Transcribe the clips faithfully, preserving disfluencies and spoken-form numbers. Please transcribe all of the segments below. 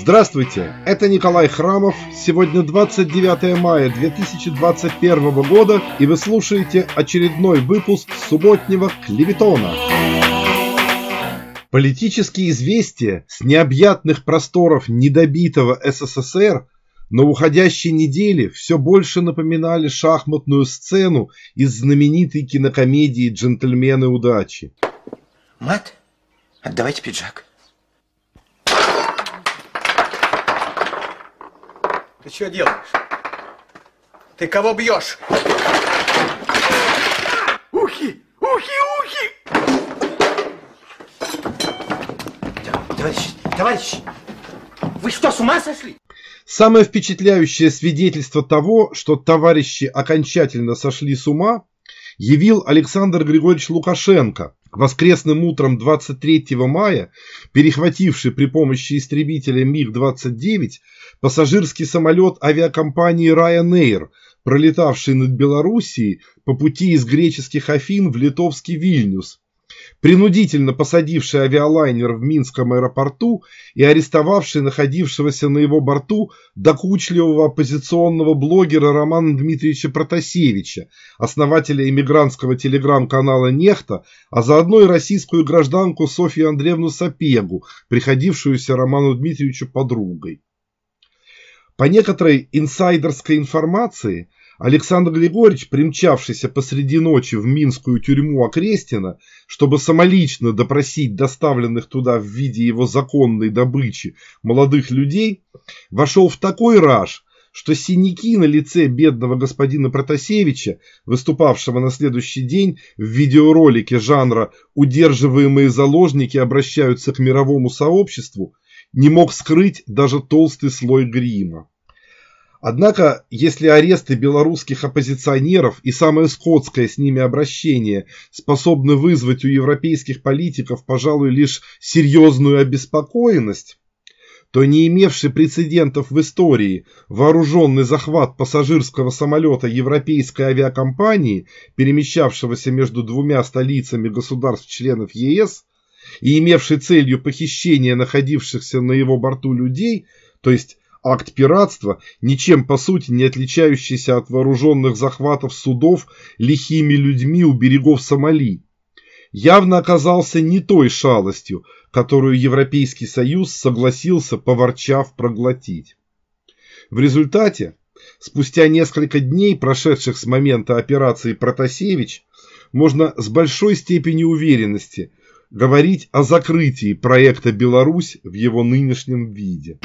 Здравствуйте, это Николай Храмов. Сегодня двадцать девятое мая две тысячи двадцать первого года, и вы слушаете очередной выпуск субботнего Клеветона. Политические известия с необъятных просторов недобитого СССР на уходящей неделе все больше напоминали шахматную сцену из знаменитой кинокомедии «Джентльмены удачи». Мат, отдавайте пиджак. Ты что делаешь? Ты кого бьешь? Ухи! Ухи! Ухи! Товарищ, товарищ! Вы что, с ума сошли? Самое впечатляющее свидетельство того, что товарищи окончательно сошли с ума, явил Александр Григорьевич Лукашенко, воскресным утром двадцать третьего мая, перехвативший при помощи истребителя Миг двадцать девять пассажирский самолет авиакомпании Ryanair, пролетавший над Белоруссией по пути из греческих Афин в литовский Вильнюс, принудительно посадивший авиалайнер в Минском аэропорту и арестовавший находившегося на его борту докучливого оппозиционного блогера Романа Дмитриевича Протасевича, основателя эмигрантского телеграм-канала «Нехта», а заодно и российскую гражданку Софью Андреевну Сапегу, приходившуюся Роману Дмитриевичу подругой. По некоторой инсайдерской информации, Александр Григорьевич, примчавшийся посреди ночи в минскую тюрьму Окрестина, чтобы самолично допросить доставленных туда в виде его законной добычи молодых людей, вошел в такой раж, что синяки на лице бедного господина Протасевича, выступавшего на следующий день в видеоролике жанра «Удерживаемые заложники обращаются к мировому сообществу», не мог скрыть даже толстый слой грима. Однако, если аресты белорусских оппозиционеров и самое скотское с ними обращение способны вызвать у европейских политиков, пожалуй, лишь серьезную обеспокоенность, то не имевший прецедентов в истории вооруженный захват пассажирского самолета европейской авиакомпании, перемещавшегося между двумя столицами государств-членов ЕС, и имевший целью похищения находившихся на его борту людей, то есть акт пиратства, ничем по сути не отличающийся от вооруженных захватов судов лихими людьми у берегов Сомали, явно оказался не той шалостью, которую Европейский Союз согласился, поворчав, проглотить. В результате, спустя несколько дней, прошедших с момента операции «Протасевич», можно с большой степенью уверенности говорить о закрытии проекта «Беларусь» в его нынешнем виде.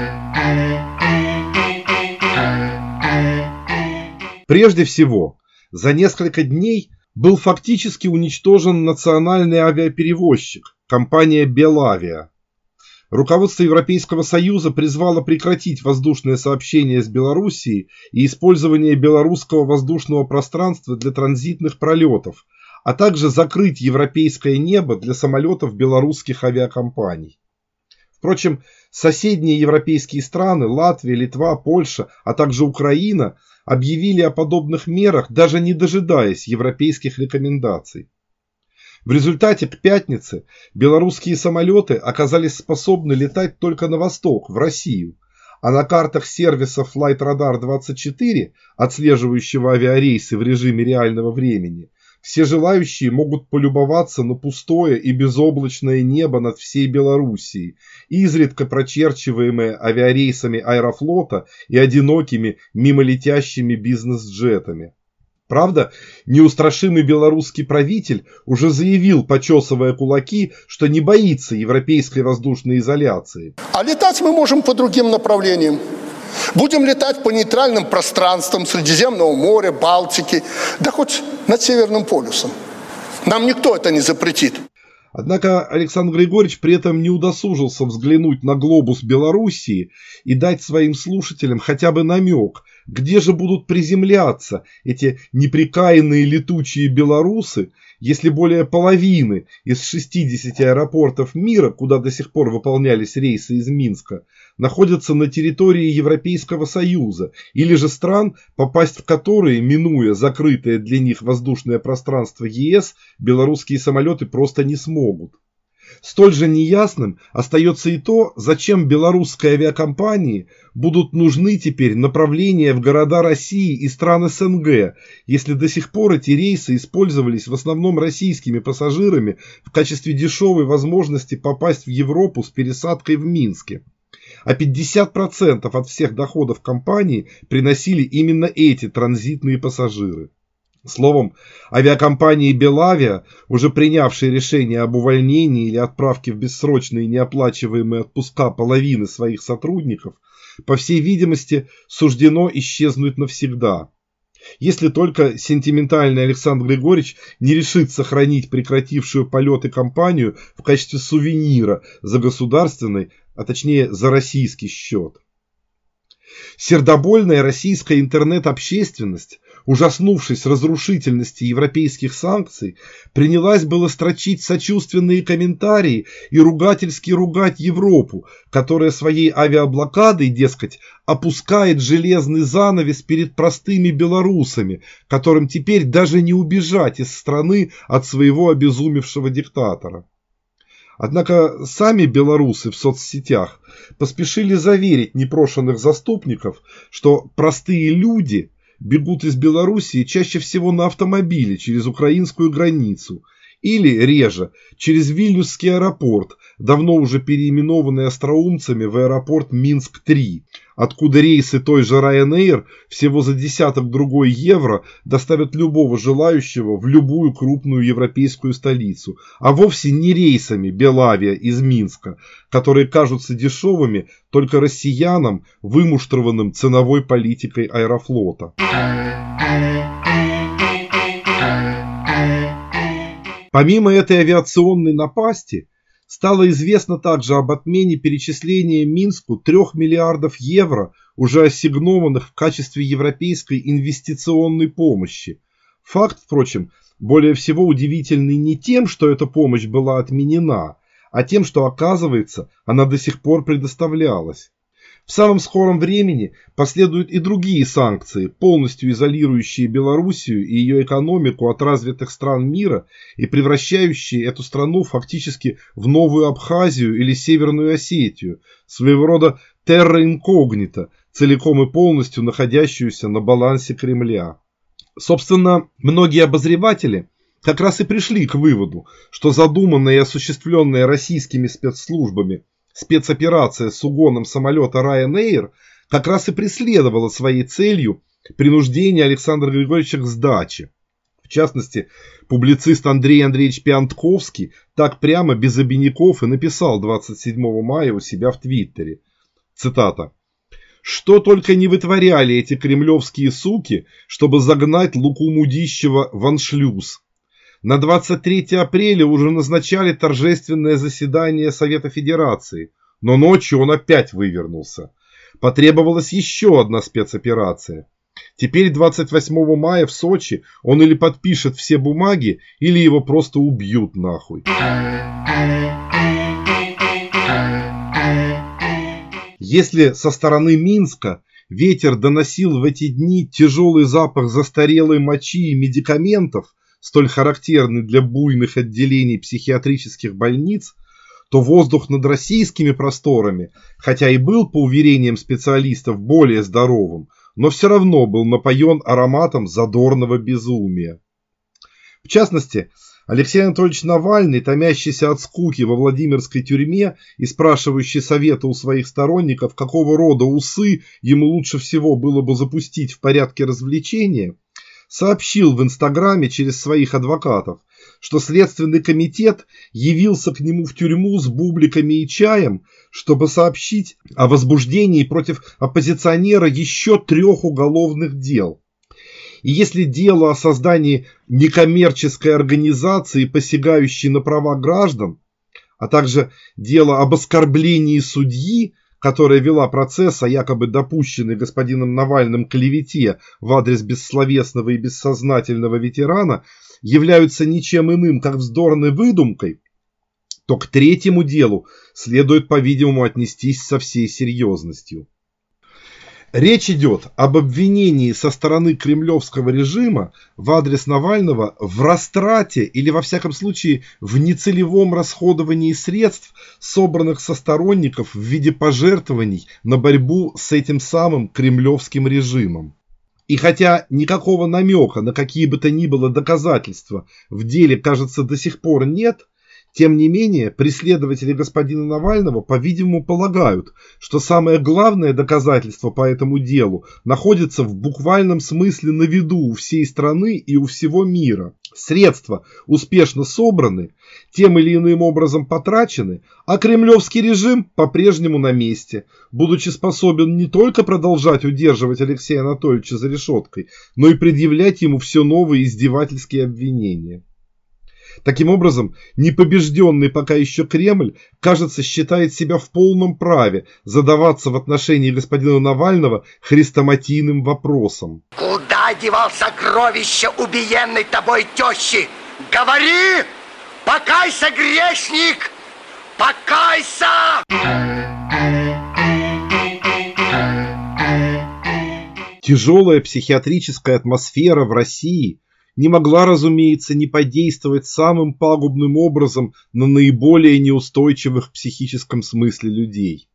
Прежде всего, за несколько дней был фактически уничтожен национальный авиаперевозчик, компания «Белавиа». Руководство Европейского Союза призвало прекратить воздушное сообщение с Белоруссией и использование белорусского воздушного пространства для транзитных пролетов, а также закрыть европейское небо для самолетов белорусских авиакомпаний. Впрочем, соседние европейские страны, Латвия, Литва, Польша, а также Украина, объявили о подобных мерах, даже не дожидаясь европейских рекомендаций. В результате к пятнице белорусские самолеты оказались способны летать только на восток, в Россию, а на картах сервиса Flightradar двадцать четыре, отслеживающего авиарейсы в режиме реального времени, все желающие могут полюбоваться на пустое и безоблачное небо над всей Белоруссией, изредка прочерчиваемое авиарейсами Аэрофлота и одинокими мимолетящими бизнес-джетами. Правда, неустрашимый белорусский правитель уже заявил, почесывая кулаки, что не боится европейской воздушной изоляции. А летать мы можем по другим направлениям. Будем летать по нейтральным пространствам Средиземного моря, Балтики, да хоть над Северным полюсом. Нам никто это не запретит. Однако Александр Григорьевич при этом не удосужился взглянуть на глобус Белоруссии и дать своим слушателям хотя бы намек, где же будут приземляться эти непрекаянные летучие белорусы, если более половины из шестидесяти аэропортов мира, куда до сих пор выполнялись рейсы из Минска, находятся на территории Европейского Союза, или же стран, попасть в которые, минуя закрытое для них воздушное пространство ЕС, белорусские самолеты просто не смогут. Столь же неясным остается и то, зачем белорусской авиакомпании будут нужны теперь направления в города России и стран СНГ, если до сих пор эти рейсы использовались в основном российскими пассажирами в качестве дешевой возможности попасть в Европу с пересадкой в Минске. А пятьдесят процентов от всех доходов компании приносили именно эти транзитные пассажиры. Словом, авиакомпании Белавиа, уже принявшие решение об увольнении или отправке в бессрочные неоплачиваемые отпуска половины своих сотрудников, по всей видимости, суждено исчезнуть навсегда. Если только сентиментальный Александр Григорьевич не решит сохранить прекратившую полеты компанию в качестве сувенира за государственный, а точнее за российский счет. Сердобольная российская интернет-общественность, ужаснувшись разрушительности европейских санкций, принялась было строчить сочувственные комментарии и ругательски ругать Европу, которая своей авиаблокадой, дескать, опускает железный занавес перед простыми белорусами, которым теперь даже не убежать из страны от своего обезумевшего диктатора. Однако сами белорусы в соцсетях поспешили заверить непрошенных заступников, что простые люди бегут из Белоруссии чаще всего на автомобиле через украинскую границу или, реже, через Вильнюсский аэропорт, давно уже переименованный остроумцами в аэропорт Минск три, откуда рейсы той же Ryanair всего за десяток другой евро доставят любого желающего в любую крупную европейскую столицу, а вовсе не рейсами Белавиа из Минска, которые кажутся дешевыми только россиянам, вымуштрованным ценовой политикой Аэрофлота. Помимо этой авиационной напасти, стало известно также об отмене перечисления Минску трёх миллиардов евро, уже ассигнованных в качестве европейской инвестиционной помощи. Факт, впрочем, более всего удивительный не тем, что эта помощь была отменена, а тем, что, оказывается, она до сих пор предоставлялась. В самом скором времени последуют и другие санкции, полностью изолирующие Белоруссию и ее экономику от развитых стран мира и превращающие эту страну фактически в новую Абхазию или Северную Осетию, своего рода терра инкогнита, целиком и полностью находящуюся на балансе Кремля. Собственно, многие обозреватели как раз и пришли к выводу, что задуманная и осуществленная российскими спецслужбами спецоперация с угоном самолета Ryanair как раз и преследовала своей целью принуждение Александра Григорьевича к сдаче. В частности, публицист Андрей Андреевич Пиантковский так прямо без обиняков и написал двадцать седьмого мая у себя в Твиттере. Цитата. «Что только не вытворяли эти кремлевские суки, чтобы загнать Луку Мудищева в аншлюз. На двадцать третье апреля уже назначали торжественное заседание Совета Федерации, но ночью он опять вывернулся. Потребовалась еще одна спецоперация. Теперь двадцать восьмого мая в Сочи он или подпишет все бумаги, или его просто убьют нахуй». Если со стороны Минска ветер доносил в эти дни тяжелый запах застарелой мочи и медикаментов, столь характерный для буйных отделений психиатрических больниц, то воздух над российскими просторами, хотя и был, по уверениям специалистов, более здоровым, но все равно был напоен ароматом задорного безумия. В частности, Алексей Анатольевич Навальный, томящийся от скуки во Владимирской тюрьме и спрашивающий совета у своих сторонников, какого рода усы ему лучше всего было бы запустить в порядке развлечения, сообщил в Инстаграме через своих адвокатов, что Следственный комитет явился к нему в тюрьму с бубликами и чаем, чтобы сообщить о возбуждении против оппозиционера еще трех уголовных дел. И если дело о создании некоммерческой организации, посягающей на права граждан, а также дело об оскорблении судьи, которая вела процесс о якобы допущенной господином Навальным клевете в адрес бессловесного и бессознательного ветерана, являются ничем иным, как вздорной выдумкой, то к третьему делу следует, по-видимому, отнестись со всей серьезностью. Речь идет об обвинении со стороны кремлевского режима в адрес Навального в растрате или, во всяком случае, в нецелевом расходовании средств, собранных со сторонников в виде пожертвований на борьбу с этим самым кремлевским режимом. И хотя никакого намека на какие бы то ни было доказательства в деле, кажется, до сих пор нет, тем не менее, преследователи господина Навального, по-видимому, полагают, что самое главное доказательство по этому делу находится в буквальном смысле на виду у всей страны и у всего мира. Средства успешно собраны, тем или иным образом потрачены, а кремлевский режим по-прежнему на месте, будучи способен не только продолжать удерживать Алексея Анатольевича за решеткой, но и предъявлять ему все новые издевательские обвинения. Таким образом, непобежденный пока еще Кремль, кажется, считает себя в полном праве задаваться в отношении господина Навального хрестоматийным вопросом. Куда девал сокровище убиенной тобой тещи? Говори! Покайся, грешник! Покайся! Тяжелая психиатрическая атмосфера в России не могла, разумеется, не подействовать самым пагубным образом на наиболее неустойчивых в психическом смысле людей.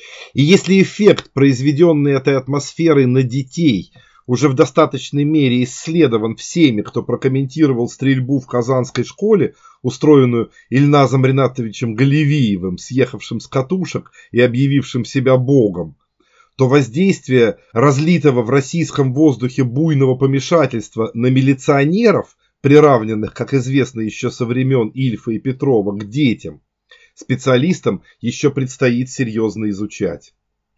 И если эффект, произведенный этой атмосферой на детей, уже в достаточной мере исследован всеми, кто прокомментировал стрельбу в Казанской школе, устроенную Ильназом Ринатовичем Галевиевым, съехавшим с катушек и объявившим себя богом, то воздействие разлитого в российском воздухе буйного помешательства на милиционеров, приравненных, как известно еще со времен Ильфа и Петрова, к детям, специалистам еще предстоит серьезно изучать.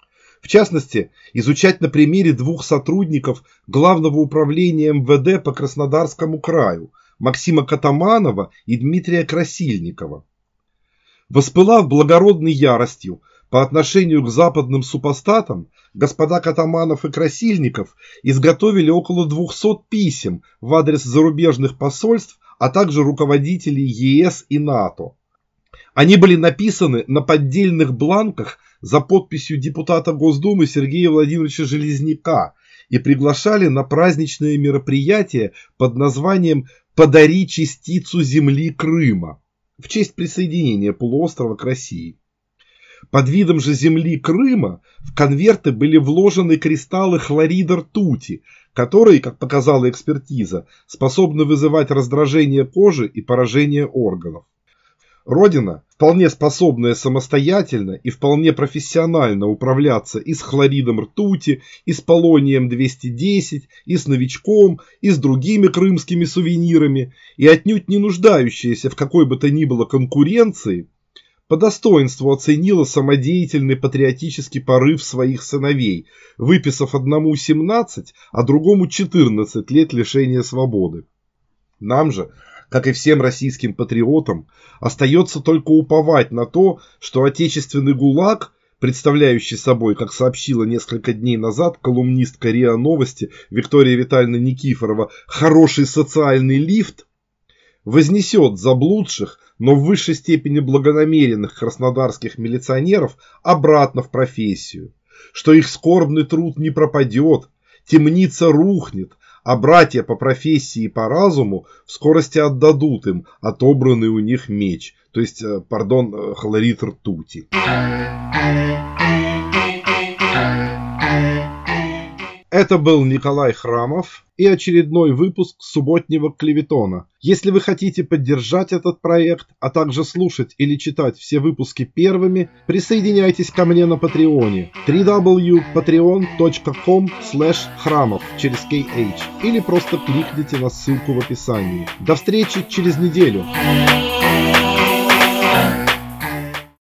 В частности, изучать на примере двух сотрудников Главного управления эм вэ дэ по Краснодарскому краю, Максима Катаманова и Дмитрия Красильникова. Воспылав благородной яростью по отношению к западным супостатам, господа Катаманов и Красильников изготовили около двухсот писем в адрес зарубежных посольств, а также руководителей е эс и НАТО. Они были написаны на поддельных бланках за подписью депутата Госдумы Сергея Владимировича Железняка и приглашали на праздничное мероприятие под названием «Подари частицу земли Крыма» в честь присоединения полуострова к России. Под видом же земли Крыма в конверты были вложены кристаллы хлорида ртути, которые, как показала экспертиза, способны вызывать раздражение кожи и поражение органов. Родина, вполне способная самостоятельно и вполне профессионально управляться и с хлоридом ртути, и с полонием двести десять, и с новичком, и с другими крымскими сувенирами, и отнюдь не нуждающаяся в какой бы то ни было конкуренции, по достоинству оценила самодеятельный патриотический порыв своих сыновей, выписав одному семнадцать, а другому четырнадцать лет лишения свободы. Нам же, как и всем российским патриотам, остается только уповать на то, что отечественный ГУЛАГ, представляющий собой, как сообщила несколько дней назад колумнистка РИА Новости Виктория Витальевна Никифорова, хороший социальный лифт, вознесет заблудших, но в высшей степени благонамеренных краснодарских милиционеров обратно в профессию, что их скорбный труд не пропадет, темница рухнет, а братья по профессии и по разуму в скорости отдадут им отобранный у них меч, то есть, пардон, хлорид ртути. Это был Николай Храмов и очередной выпуск субботнего клеветона. Если вы хотите поддержать этот проект, а также слушать или читать все выпуски первыми, присоединяйтесь ко мне на Патреоне дабл ю дабл ю дабл ю точка патреон точка ком слэш храмов через кей эйч или просто кликните на ссылку в описании. До встречи через неделю!